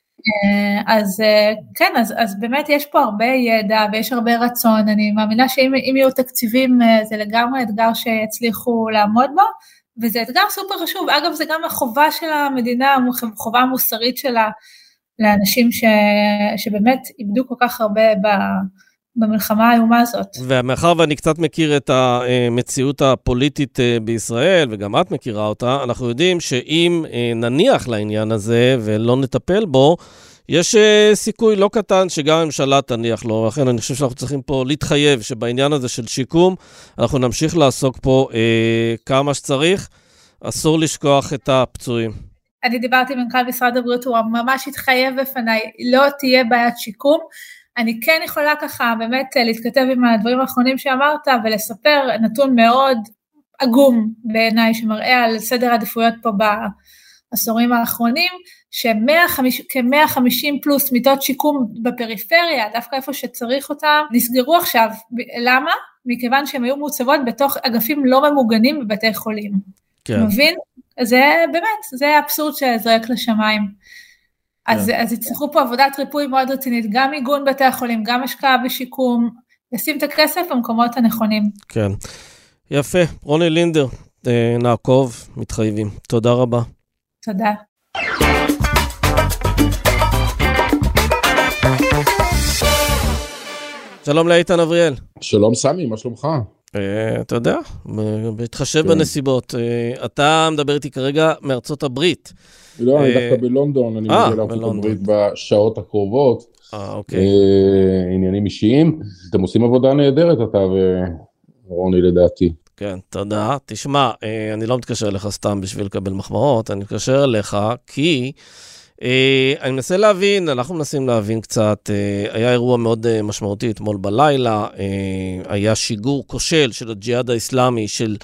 אז כן, אז, אז באמת יש פה הרבה ידע ויש הרבה רצון, אני מאמינה שאם יהיו תקציבים זה לגמרי אתגר שיצליחו לעמוד בו, וזה אתגר סופר חשוב, אגב זה גם החובה של המדינה, החובה המוסרית שלה, לאנשים ש, שבאמת איבדו כל כך הרבה ב... במלחמה האיומה הזאת. ומאחר ואני קצת מכיר את המציאות הפוליטית בישראל, וגם את מכירה אותה, אנחנו יודעים שאם נניח לעניין הזה ולא נטפל בו, יש סיכוי לא קטן שגם הממשלה תניח לו, לכן אני חושב שאנחנו צריכים פה להתחייב שבעניין הזה של שיקום, אנחנו נמשיך לעסוק פה אה, כמה שצריך, אסור לשכוח את הפצועים. אני דיברתי עם מנכ"ל משרד הבריאות, הוא ממש התחייב בפניי, לא תהיה בעיית שיקום, אני כן יכולה ככה באמת להתכתב עם הדברים האחרונים שאמרת, ולספר נתון מאוד עגום בעיניי, שמראה על סדר עדיפויות פה בעשורים האחרונים, שכ-מאה וחמישים פלוס מיטות שיקום בפריפריה, דווקא איפה שצריך אותם, נסגרו עכשיו. למה? מכיוון שהם היו מוצבות בתוך אגפים לא ממוגנים בבתי חולים. כן. מבין? זה באמת, זה אבסורד שזרק לשמיים. אז, yeah. אז יצטרכו פה עבודת ריפוי מאוד רצינית, גם מיגון בתי החולים, גם השקעה בשיקום, לשים את הכסף במקומות הנכונים. כן. יפה, רוני לינדר, נעקוב, מתחייבים. תודה רבה. תודה. שלום לאיתן אבריאל. שלום סמי, מה שלומך? אתה יודע, בהתחשב בנסיבות. אתה מדבר איתי כרגע מארצות הברית. לא, אני דווקא בלונדון, אני מגיע לארצות הברית בשעות הקרובות. אה, אוקיי. עניינים אישיים. אתם עושים עבודה נהדרת, אתה ורוני לדעתי. כן, תודה. תשמע, אני לא מתקשר אליך סתם בשביל לקבל מחמאות, אני מתקשר אליך כי אני מנסה להבין, אנחנו מנסים להבין קצת, היה אירוע מאוד משמעותי אתמול בלילה, היה שיגור כושל של הג'יהאד האסלאמי, של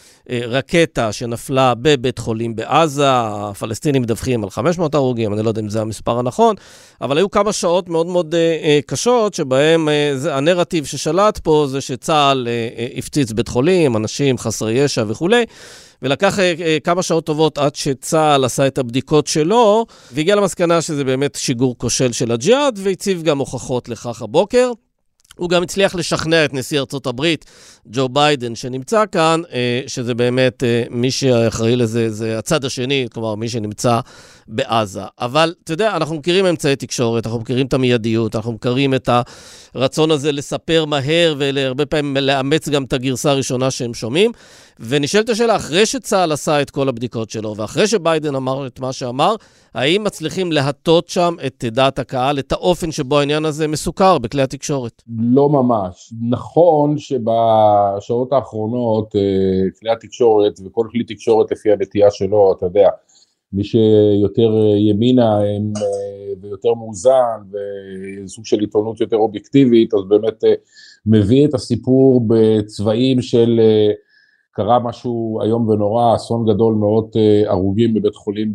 רקטה שנפלה בבית חולים בעזה, הפלסטינים מדווחים על חמש מאות הרוגים, אני לא יודע אם זה המספר הנכון, אבל היו כמה שעות מאוד מאוד קשות, שבהם הנרטיב ששלט פה זה שצה"ל הפציץ בית חולים, אנשים חסרי ישע וכו', ולקח כמה שעות טובות עד שצה"ל עשה את הבדיקות שלו, והגיע למסקנה שזה באמת שיגור כושל של הג'יהאד, והציב גם הוכחות לכך הבוקר. הוא גם הצליח לשכנע את נשיא ארצות הברית, ג'ו ביידן, שנמצא כאן, שזה באמת מי שאחראי לזה, זה הצד השני, כלומר מי שנמצא בעזה. אבל אתה יודע, אנחנו מכירים אמצעי תקשורת, אנחנו מכירים את המיידיות, אנחנו מכירים את הרצון הזה לספר מהר, ולהרבה פעמים לאמץ גם את הגרסה הראשונה שהם שומעים, ונשאלת השאלה, אחרי שצה"ל עשה את כל הבדיקות שלו, ואחרי שביידן אמר את מה שאמר, האם מצליחים להטות שם את דעת הקהל, את האופן שבו העניין הזה מסוכר בכלי התקשורת? לא ממש. נכון שבשעות האחרונות כלי התקשורת, וכל כלי תקשורת לפי הנטייה שלו, אתה יודע, מי שיותר ימינה הם, ויותר מאוזן, וסוג של עיתונות יותר אובייקטיבית, אז באמת מביא את הסיפור בצבעים של קרה משהו היום ונורא, אסון גדול, מאות הרוגים בבית חולים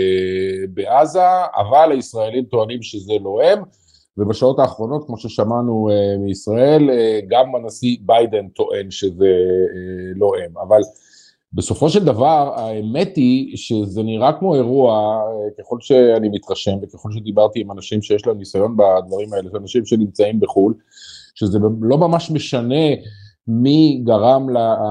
בעזה, אבל הישראלים טוענים שזה לא הם, ובשעות האחרונות, כמו ששמענו מישראל, גם הנשיא ביידן טוען שזה לא הם, אבל בסופו של דבר, האמת היא שזה נראה כמו אירוע, ככל שאני מתרשם, וככל שדיברתי עם אנשים שיש להם ניסיון בדברים האלה, אנשים שנמצאים בחול, שזה לא ממש משנה מי גרם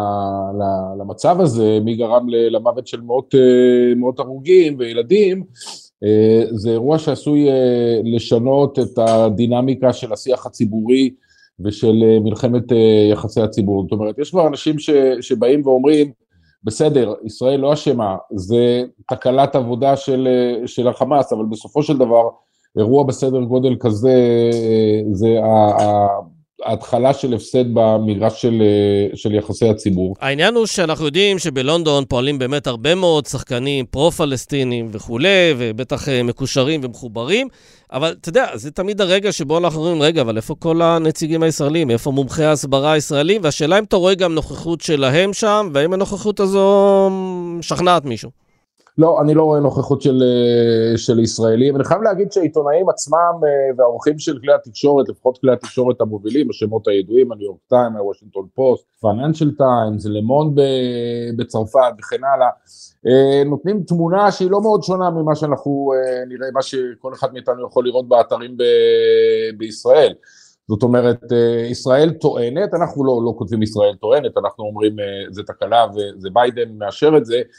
למצב הזה, מי גרם למוות של מאות, מאות הרוגים וילדים, זה אירוע שעשוי לשנות את הדינמיקה של השיח הציבורי, ושל מלחמת יחסי הציבור. זאת אומרת, יש כבר אנשים ש, שבאים ואומרים, בסדר, ישראל לא אשמה, זה תקלת עבודה של, של החמאס, אבל בסופו של דבר, אירוע בסדר גודל כזה, זה ההתחלה של הפסד במגרש של, של יחסי הציבור. העניין הוא שאנחנו יודעים שבלונדון פועלים באמת הרבה מאוד שחקנים פרו-פלסטינים וכו', ובטח מקושרים ומחוברים, אבל אתה יודע, זה תמיד הרגע שבו אנחנו רואים, רגע, אבל איפה כל הנציגים הישראלים, איפה מומחי ההסברה הישראלים, והשאלה אם אתה רואה גם נוכחות שלהם שם, והאם הנוכחות הזו משכנעת מישהו. לא, אני לא רואה נוכחות של, של ישראלים, אני חייב להגיד שהעיתונאים עצמם והעורכים של כלי התקשורת, לפחות כלי התקשורת המובילים, השמות הידועים, הניו יורק טיימס, הוושינגטון פוסט, פייננשל טיימס, למונד בצרפת וכן הלאה, נותנים תמונה שהיא לא מאוד שונה ממה שאנחנו נראה, מה שכל אחד מאיתנו יכול לראות באתרים ב, בישראל. זאת אומרת, ישראל טוענת, אנחנו לא, לא כותבים ישראל טוענת, אנחנו אומרים זה תקלה וזה ביידן מאשר את זה,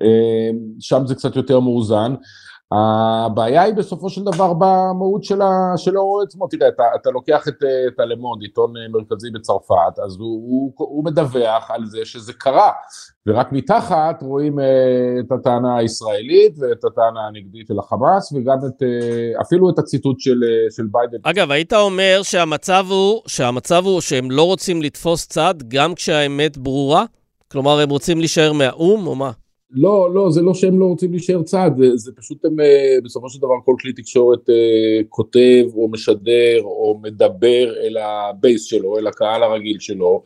שם זה קצת יותר מאוזן. הבעיה היא בסופו של דבר במהות של האירוע עצמו. תראה, אתה, אתה לוקח את, את הלמונד, עיתון מרכזי בצרפת, אז הוא, הוא, הוא מדווח על זה שזה קרה, ורק מתחת רואים את הטענה הישראלית ואת הטענה הנגדית של החמאס, וגם את, אפילו את הציטוט של, של ביידן. אגב, היית אומר שהמצב הוא, שהמצב הוא שהם לא רוצים לתפוס צד, גם כשהאמת ברורה? כלומר, הם רוצים להישאר מהאום או מה? לא, לא, זה לא שהם לא רוצים להישאר צד, זה, זה פשוט הם, בסופו של דבר כל כלי תקשורת כותב או משדר או מדבר אל הבייס שלו, אל הקהל הרגיל שלו.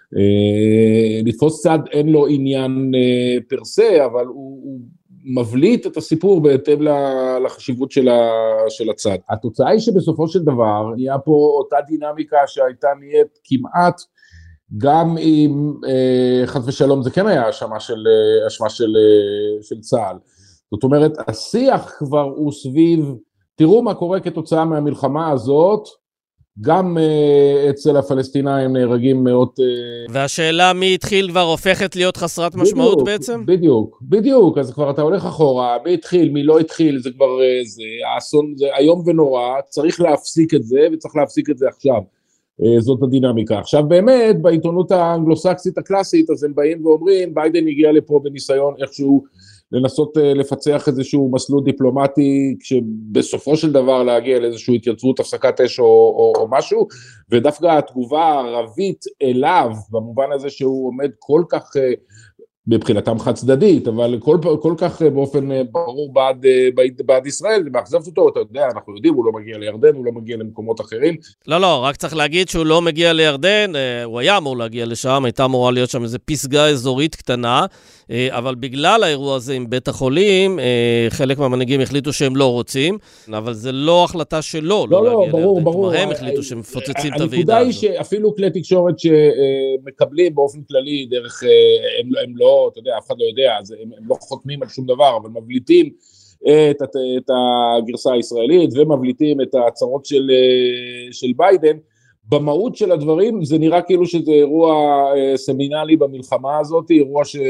לתפוס צד אין לו עניין פרסה, אבל הוא, הוא מבליט את הסיפור בהתאם לחשיבות של, ה, של הצד. התוצאה היא שבסופו של דבר נהיה פה אותה דינמיקה שהייתה נהיית כמעט, גם אם אה, חס ושלום זה כן היה אשמה של, אשמה של, של צה"ל. זאת אומרת, השיח כבר הוא סביב, תראו מה קורה כתוצאה מהמלחמה הזאת, גם uh, אצל הפלסטינאים נהרגים מאות... Uh... והשאלה מי התחיל כבר הופכת להיות חסרת משמעות בדיוק, בעצם? בדיוק, בדיוק, אז כבר אתה הולך אחורה, מי התחיל, מי לא התחיל, זה כבר, זה, האסון, זה איום ונורא, צריך להפסיק את זה, וצריך להפסיק את זה עכשיו, uh, זאת הדינמיקה. עכשיו באמת, בעיתונות האנגלוסקסית הקלאסית, אז הם באים ואומרים, ביידן הגיע לפה בניסיון איכשהו, לנסות לפצח איזשהו מסלול דיפלומטי, כשבסופו של דבר להגיע לאיזשהו התייצבות הפסקת אש או, או, או משהו, ודווקא התגובה הערבית אליו, במובן הזה שהוא עומד כל כך, מבחינתם חד צדדית, אבל כל, כל כך באופן ברור בעד, בעד, בעד ישראל, מאכזבת אותו, אתה יודע, אנחנו יודעים, הוא לא מגיע לירדן, הוא לא מגיע למקומות אחרים. לא, לא, רק צריך להגיד שהוא לא מגיע לירדן, הוא היה אמור להגיע לשם, הייתה אמורה להיות שם איזו פסגה אזורית קטנה, אבל בגלל האירוע הזה עם בית החולים, חלק מהמנהיגים החליטו שהם לא רוצים, אבל זה לא החלטה שלו, לא, לא להגיע ברור, לירדן. ברור. הם החליטו שהם מפוצצים את הוועידה הזאת. הנקודה היא שאפילו כלי תקשורת שמקבלים באופן כללי, דרך, הם, הם לא, אתה יודע, אף אחד לא יודע, אז הם, הם לא חותמים על שום דבר, אבל מבליטים את, את, את הגרסה הישראלית, ומבליטים את ההצהרות של, של ביידן, במהות של הדברים זה נראה כאילו שזה אירוע סמינלי במלחמה הזאת, אירוע ש,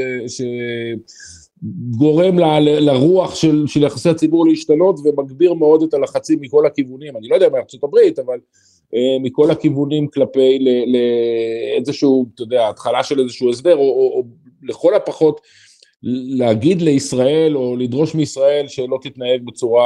שגורם ל, ל, לרוח של, של יחסי הציבור להשתנות, ומגביר מאוד את הלחצים מכל הכיוונים, אני לא יודע מארצות הברית, אבל מכל הכיוונים כלפי לאיזשהו, אתה יודע, התחלה של איזשהו הסדר, או, או, או לכל הפחות להגיד לישראל, או לדרוש מישראל שלא תתנהג בצורה...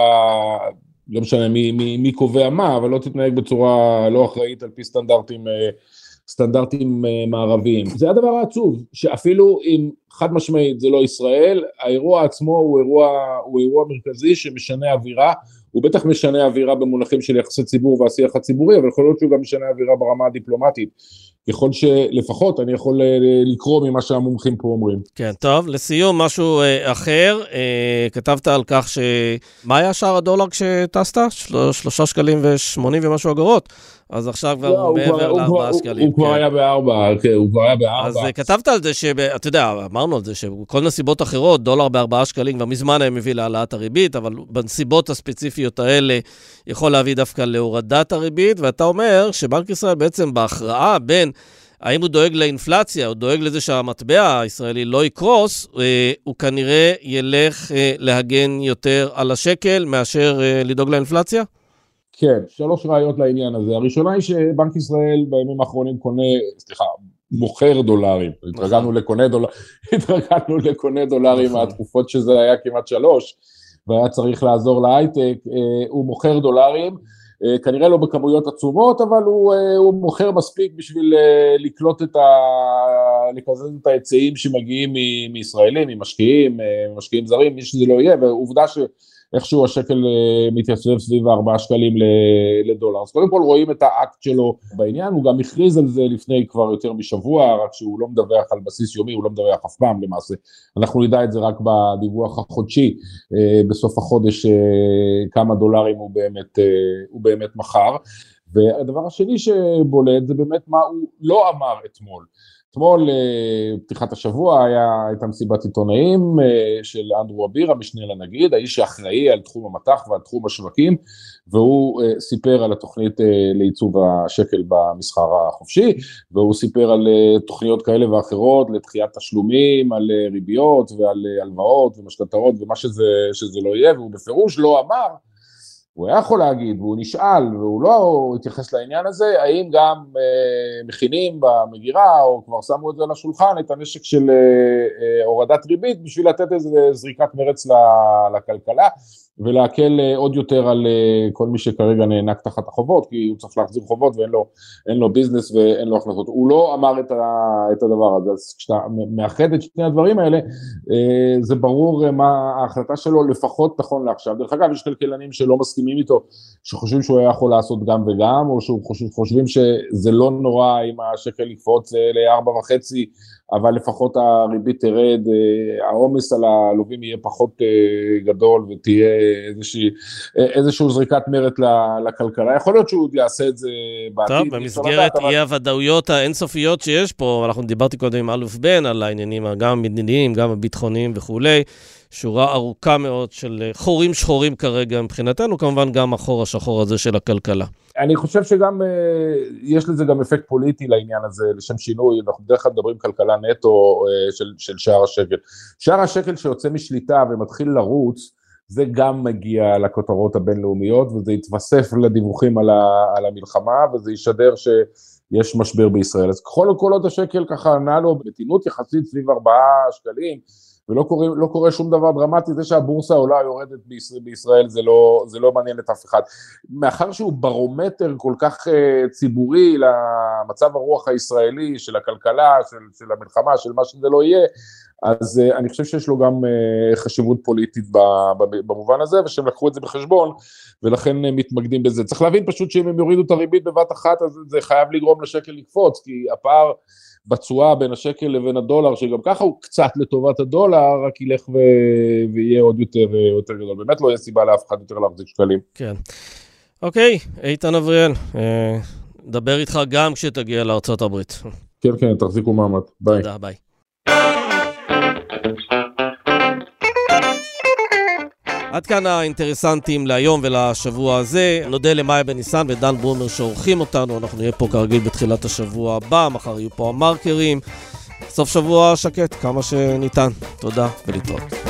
לא משנה מי, מי, מי קובע מה, אבל לא תתנהג בצורה לא אחראית על פי סטנדרטים, סטנדרטים מערביים. זה הדבר העצוב, שאפילו אם חד משמעית זה לא ישראל, האירוע עצמו הוא אירוע, הוא אירוע מרכזי שמשנה אווירה, הוא בטח משנה אווירה במונחים של יחסי ציבור והשיח הציבורי, אבל יכול להיות שהוא גם משנה אווירה ברמה הדיפלומטית, ככל שלפחות אני יכול לקרוא ממה שהמומחים פה אומרים. כן, טוב, לסיום משהו אה, אחר, אה, כתבת על כך ש... מה היה שער הדולר כשטסת? של... שלושה שקלים ושמונים ומשהו אגורות, אז עכשיו כבר הוא מעבר לארבעה שקלים. הוא כבר היה בארבע, כן, הוא כבר היה בארבע. אז כתבת על זה שאתה יודע, אמרנו על זה שכל נסיבות אחרות, דולר בארבעה שקלים, כבר מזמן הם מביא להעלאת הריבית, אבל בנסיבות הספציפיות האלה יכול להביא דווקא להורדת הריבית, ואתה אומר שבנק ישראל בעצם בהכרעה בין האם הוא דואג לאינפלציה, או דואג לזה שהמטבע הישראלי לא יקרוס, הוא כנראה ילך להגן יותר על השקל מאשר לדאוג לאינפלציה? כן, שלוש ראיות לעניין הזה. הראשונה היא שבנק ישראל בימים האחרונים קונה, סליחה, מוכר דולרים. התרגלנו לקונה דולרים, התרגלנו לקונה דולרים מהתקופות שזה היה כמעט שלוש, והיה צריך לעזור להייטק. הוא מוכר דולרים, כנראה לא בכמויות עצומות, אבל הוא, הוא מוכר מספיק בשביל לקלוט את ה... לקזז את היצאים שמגיעים מישראלים, ממשקיעים, ממשקיעים זרים, מי שזה לא יהיה, ועובדה ש... איכשהו השקל מתייצב סביב ארבעה שקלים לדולר. אז קודם כל רואים את האקט שלו בעניין, הוא גם הכריז על זה לפני כבר יותר משבוע, רק שהוא לא מדווח על בסיס יומי, הוא לא מדווח אף פעם למעשה. אנחנו נדע את זה רק בדיווח החודשי, בסוף החודש כמה דולרים הוא באמת, הוא באמת מחר. והדבר השני שבולט זה באמת מה הוא לא אמר אתמול. אתמול, פתיחת השבוע, היה, הייתה מסיבת עיתונאים של אנדרו אביר, המשנה לנגיד, האיש שאחראי על תחום המתח ועל תחום השווקים, והוא סיפר על התוכנית לעיצוב השקל במסחר החופשי, והוא סיפר על תוכניות כאלה ואחרות, לדחיית תשלומים, על ריביות ועל הלוואות ומשכנתאות ומה שזה, שזה לא יהיה, והוא בפירוש לא אמר, הוא היה יכול להגיד, והוא נשאל, והוא לא התייחס לעניין הזה, האם גם אה, מכינים במגירה, או כבר שמו את זה על השולחן, את הנשק של אה, אה, הורדת ריבית, בשביל לתת איזה זריקת מרץ לכלכלה, ולהקל אה, עוד יותר על אה, כל מי שכרגע נאנק תחת החובות, כי הוא צריך להחזיר חובות, ואין לו, אין לו ביזנס ואין לו הכנסות. הוא לא אמר את, ה, את הדבר הזה, אז כשאתה מאחד את שני הדברים האלה, אה, זה ברור מה ההחלטה שלו, לפחות נכון לעכשיו. דרך אגב, יש כלכלנים שלא מסכימים איתו, שחושבים שהוא היה יכול לעשות גם וגם, או שחושבים שזה לא נורא אם השקל יקפוץ לארבע וחצי, אבל לפחות הריבית תרד, העומס על הלווים יהיה פחות גדול, ותהיה איזושהי, איזשהו זריקת מרת לכלכלה. יכול להיות שהוא יעשה את זה בעתיד. טוב, במסגרת אי הוודאויות האינסופיות שיש פה, אנחנו דיברתי קודם עם אלוף בן, על העניינים גם המדיניים, גם הביטחוניים וכולי, שורה ארוכה מאוד של חורים שחורים כרגע מבחינתנו, כמובן גם החור השחור הזה של הכלכלה. אני חושב שגם יש לזה גם אפקט פוליטי לעניין הזה, לשם שינוי, אנחנו בדרך כלל מדברים כלכלה נטו של, של שער השקל. שער השקל שיוצא משליטה ומתחיל לרוץ, זה גם מגיע לכותרות הבינלאומיות, וזה יתווסף לדיווחים על, ה, על המלחמה, וזה ישדר שיש משבר בישראל. אז כל, כל עוד השקל ככה נע לו במתינות יחסית סביב ארבעה שקלים, ולא קורה, לא קורה שום דבר דרמטי, זה שהבורסה עולה יורדת בישראל, בישראל זה, לא, זה לא מעניין את אף אחד. מאחר שהוא ברומטר כל כך uh, ציבורי למצב הרוח הישראלי, של הכלכלה, של, של המלחמה, של מה שזה לא יהיה, אז uh, אני חושב שיש לו גם uh, חשיבות פוליטית במובן הזה, ושהם לקחו את זה בחשבון, ולכן uh, מתמקדים בזה. צריך להבין פשוט שאם הם יורידו את הריבית בבת אחת, אז זה חייב לגרום לשקל לקפוץ, כי הפער בצורה בין השקל לבין הדולר, שגם ככה הוא קצת לטובת הדולר, רק ילך ו... ויהיה עוד יותר, יותר גדול. באמת לא יהיה סיבה לאף אחד יותר להחזיק שקלים. כן. אוקיי, איתן אבריאל, אה, דבר איתך גם כשתגיע לארצות הברית. כן, כן, תחזיקו מעמד. ביי. תודה, ביי. עד כאן האינטרסנטים להיום ולשבוע הזה. נודה למאיה בניסן ודן ברומר שעורכים אותנו. אנחנו נהיה פה כרגיל בתחילת השבוע הבא, מחר יהיו פה המרקרים. סוף שבוע שקט, כמה שניתן. תודה ולהתראות.